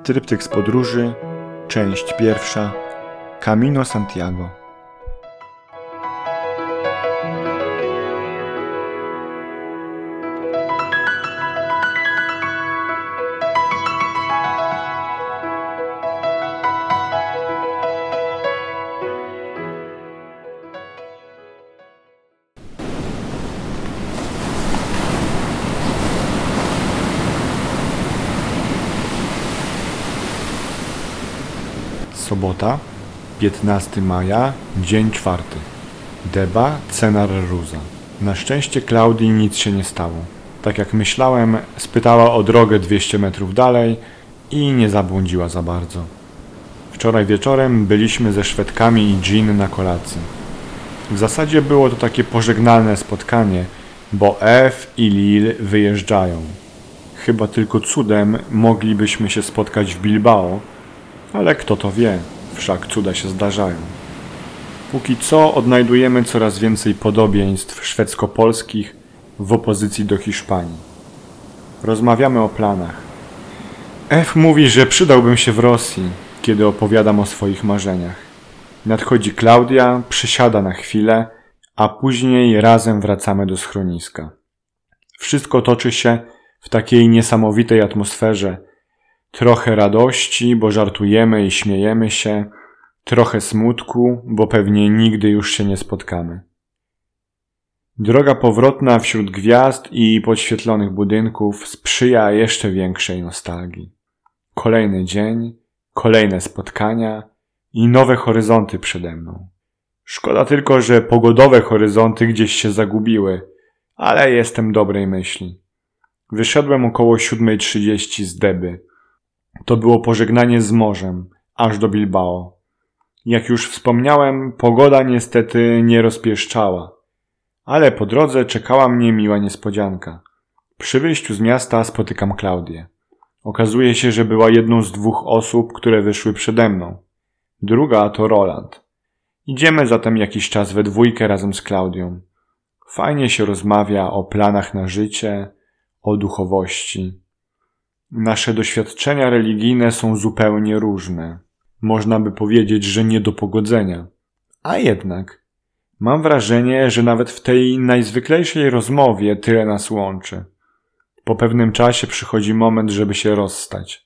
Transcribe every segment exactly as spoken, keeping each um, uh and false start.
Tryptyk z podróży, część pierwsza, Camino Santiago. Sobota, piętnastego maja, dzień czwarty. Deba Cenar Ruza. Na szczęście Klaudii nic się nie stało. Tak jak myślałem, spytała o drogę dwieście metrów dalej i nie zabłądziła za bardzo. Wczoraj wieczorem byliśmy ze Szwedkami i Jean na kolacji. W zasadzie było to takie pożegnalne spotkanie, bo Ef i Lil wyjeżdżają. Chyba tylko cudem moglibyśmy się spotkać w Bilbao, ale kto to wie, wszak cuda się zdarzają. Póki co odnajdujemy coraz więcej podobieństw szwedzko-polskich w opozycji do Hiszpanii. Rozmawiamy o planach. Ef mówi, że przydałbym się w Rosji, kiedy opowiadam o swoich marzeniach. Nadchodzi Klaudia, przysiada na chwilę, a później razem wracamy do schroniska. Wszystko toczy się w takiej niesamowitej atmosferze. Trochę radości, bo żartujemy i śmiejemy się, trochę smutku, bo pewnie nigdy już się nie spotkamy. Droga powrotna wśród gwiazd i podświetlonych budynków sprzyja jeszcze większej nostalgii. Kolejny dzień, kolejne spotkania i nowe horyzonty przede mną. Szkoda tylko, że pogodowe horyzonty gdzieś się zagubiły, ale jestem dobrej myśli. Wyszedłem około siódma trzydzieści z Deby. To było pożegnanie z morzem, aż do Bilbao. Jak już wspomniałem, pogoda niestety nie rozpieszczała, ale po drodze czekała mnie miła niespodzianka. Przy wyjściu z miasta spotykam Klaudię. Okazuje się, że była jedną z dwóch osób, które wyszły przede mną. Druga to Roland. Idziemy zatem jakiś czas we dwójkę razem z Klaudią. Fajnie się rozmawia o planach na życie, o duchowości. Nasze doświadczenia religijne są zupełnie różne. Można by powiedzieć, że nie do pogodzenia. A jednak mam wrażenie, że nawet w tej najzwyklejszej rozmowie tyle nas łączy. Po pewnym czasie przychodzi moment, żeby się rozstać.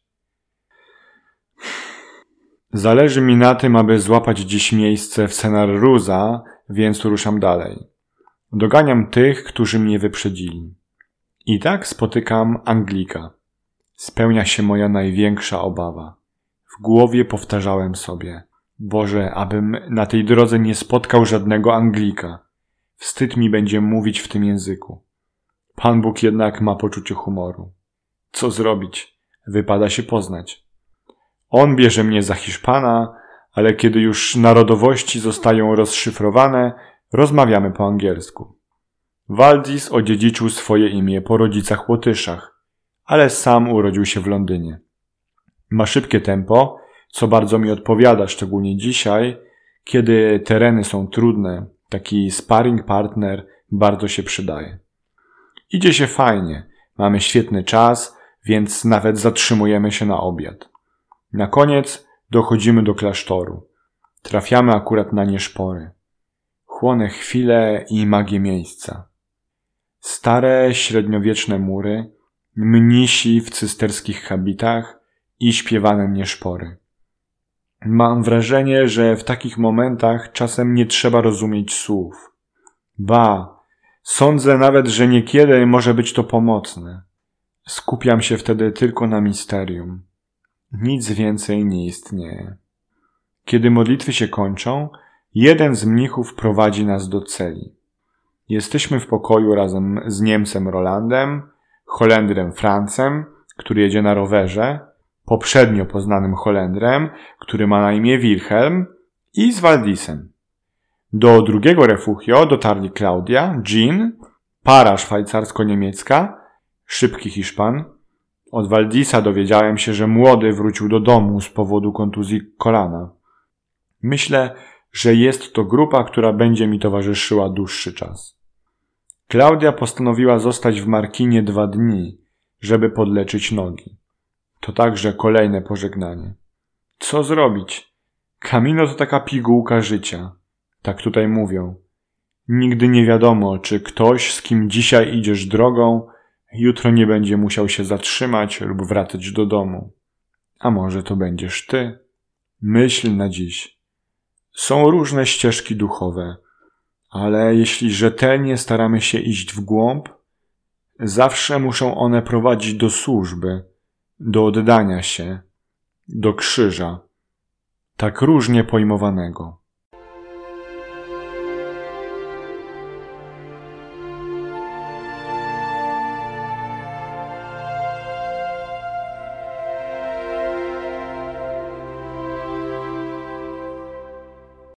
Zależy mi na tym, aby złapać dziś miejsce w Cenar Ruza, więc ruszam dalej. Doganiam tych, którzy mnie wyprzedzili. I tak spotykam Anglika. Spełnia się moja największa obawa. W głowie powtarzałem sobie: Boże, abym na tej drodze nie spotkał żadnego Anglika. Wstyd mi będzie mówić w tym języku. Pan Bóg jednak ma poczucie humoru. Co zrobić? Wypada się poznać. On bierze mnie za Hiszpana, ale kiedy już narodowości zostają rozszyfrowane, rozmawiamy po angielsku. Valdis odziedziczył swoje imię po rodzicach Łotyszach, ale sam urodził się w Londynie. Ma szybkie tempo, co bardzo mi odpowiada, szczególnie dzisiaj, kiedy tereny są trudne. Taki sparring partner bardzo się przydaje. Idzie się fajnie, mamy świetny czas, więc nawet zatrzymujemy się na obiad. Na koniec dochodzimy do klasztoru. Trafiamy akurat na nieszpory. Chłonę chwilę i magię miejsca. Stare, średniowieczne mury, mnisi w cysterskich habitach i śpiewane nieszpory. Mam wrażenie, że w takich momentach czasem nie trzeba rozumieć słów. Ba, sądzę nawet, że niekiedy może być to pomocne. Skupiam się wtedy tylko na misterium. Nic więcej nie istnieje. Kiedy modlitwy się kończą, jeden z mnichów prowadzi nas do celi. Jesteśmy w pokoju razem z Niemcem Rolandem, Holendrem Francem, który jedzie na rowerze, poprzednio poznanym Holendrem, który ma na imię Wilhelm, i z Valdisem. Do drugiego refugio dotarli Klaudia, Jean, para szwajcarsko-niemiecka, szybki Hiszpan. Od Valdisa dowiedziałem się, że młody wrócił do domu z powodu kontuzji kolana. Myślę, że jest to grupa, która będzie mi towarzyszyła dłuższy czas. Klaudia postanowiła zostać w Markinie dwa dni, żeby podleczyć nogi. To także kolejne pożegnanie. Co zrobić? Camino to taka pigułka życia. Tak tutaj mówią. Nigdy nie wiadomo, czy ktoś, z kim dzisiaj idziesz drogą, jutro nie będzie musiał się zatrzymać lub wracać do domu. A może to będziesz ty? Myśl na dziś. Są różne ścieżki duchowe, ale jeśli rzetelnie staramy się iść w głąb, zawsze muszą one prowadzić do służby, do oddania się, do krzyża, tak różnie pojmowanego.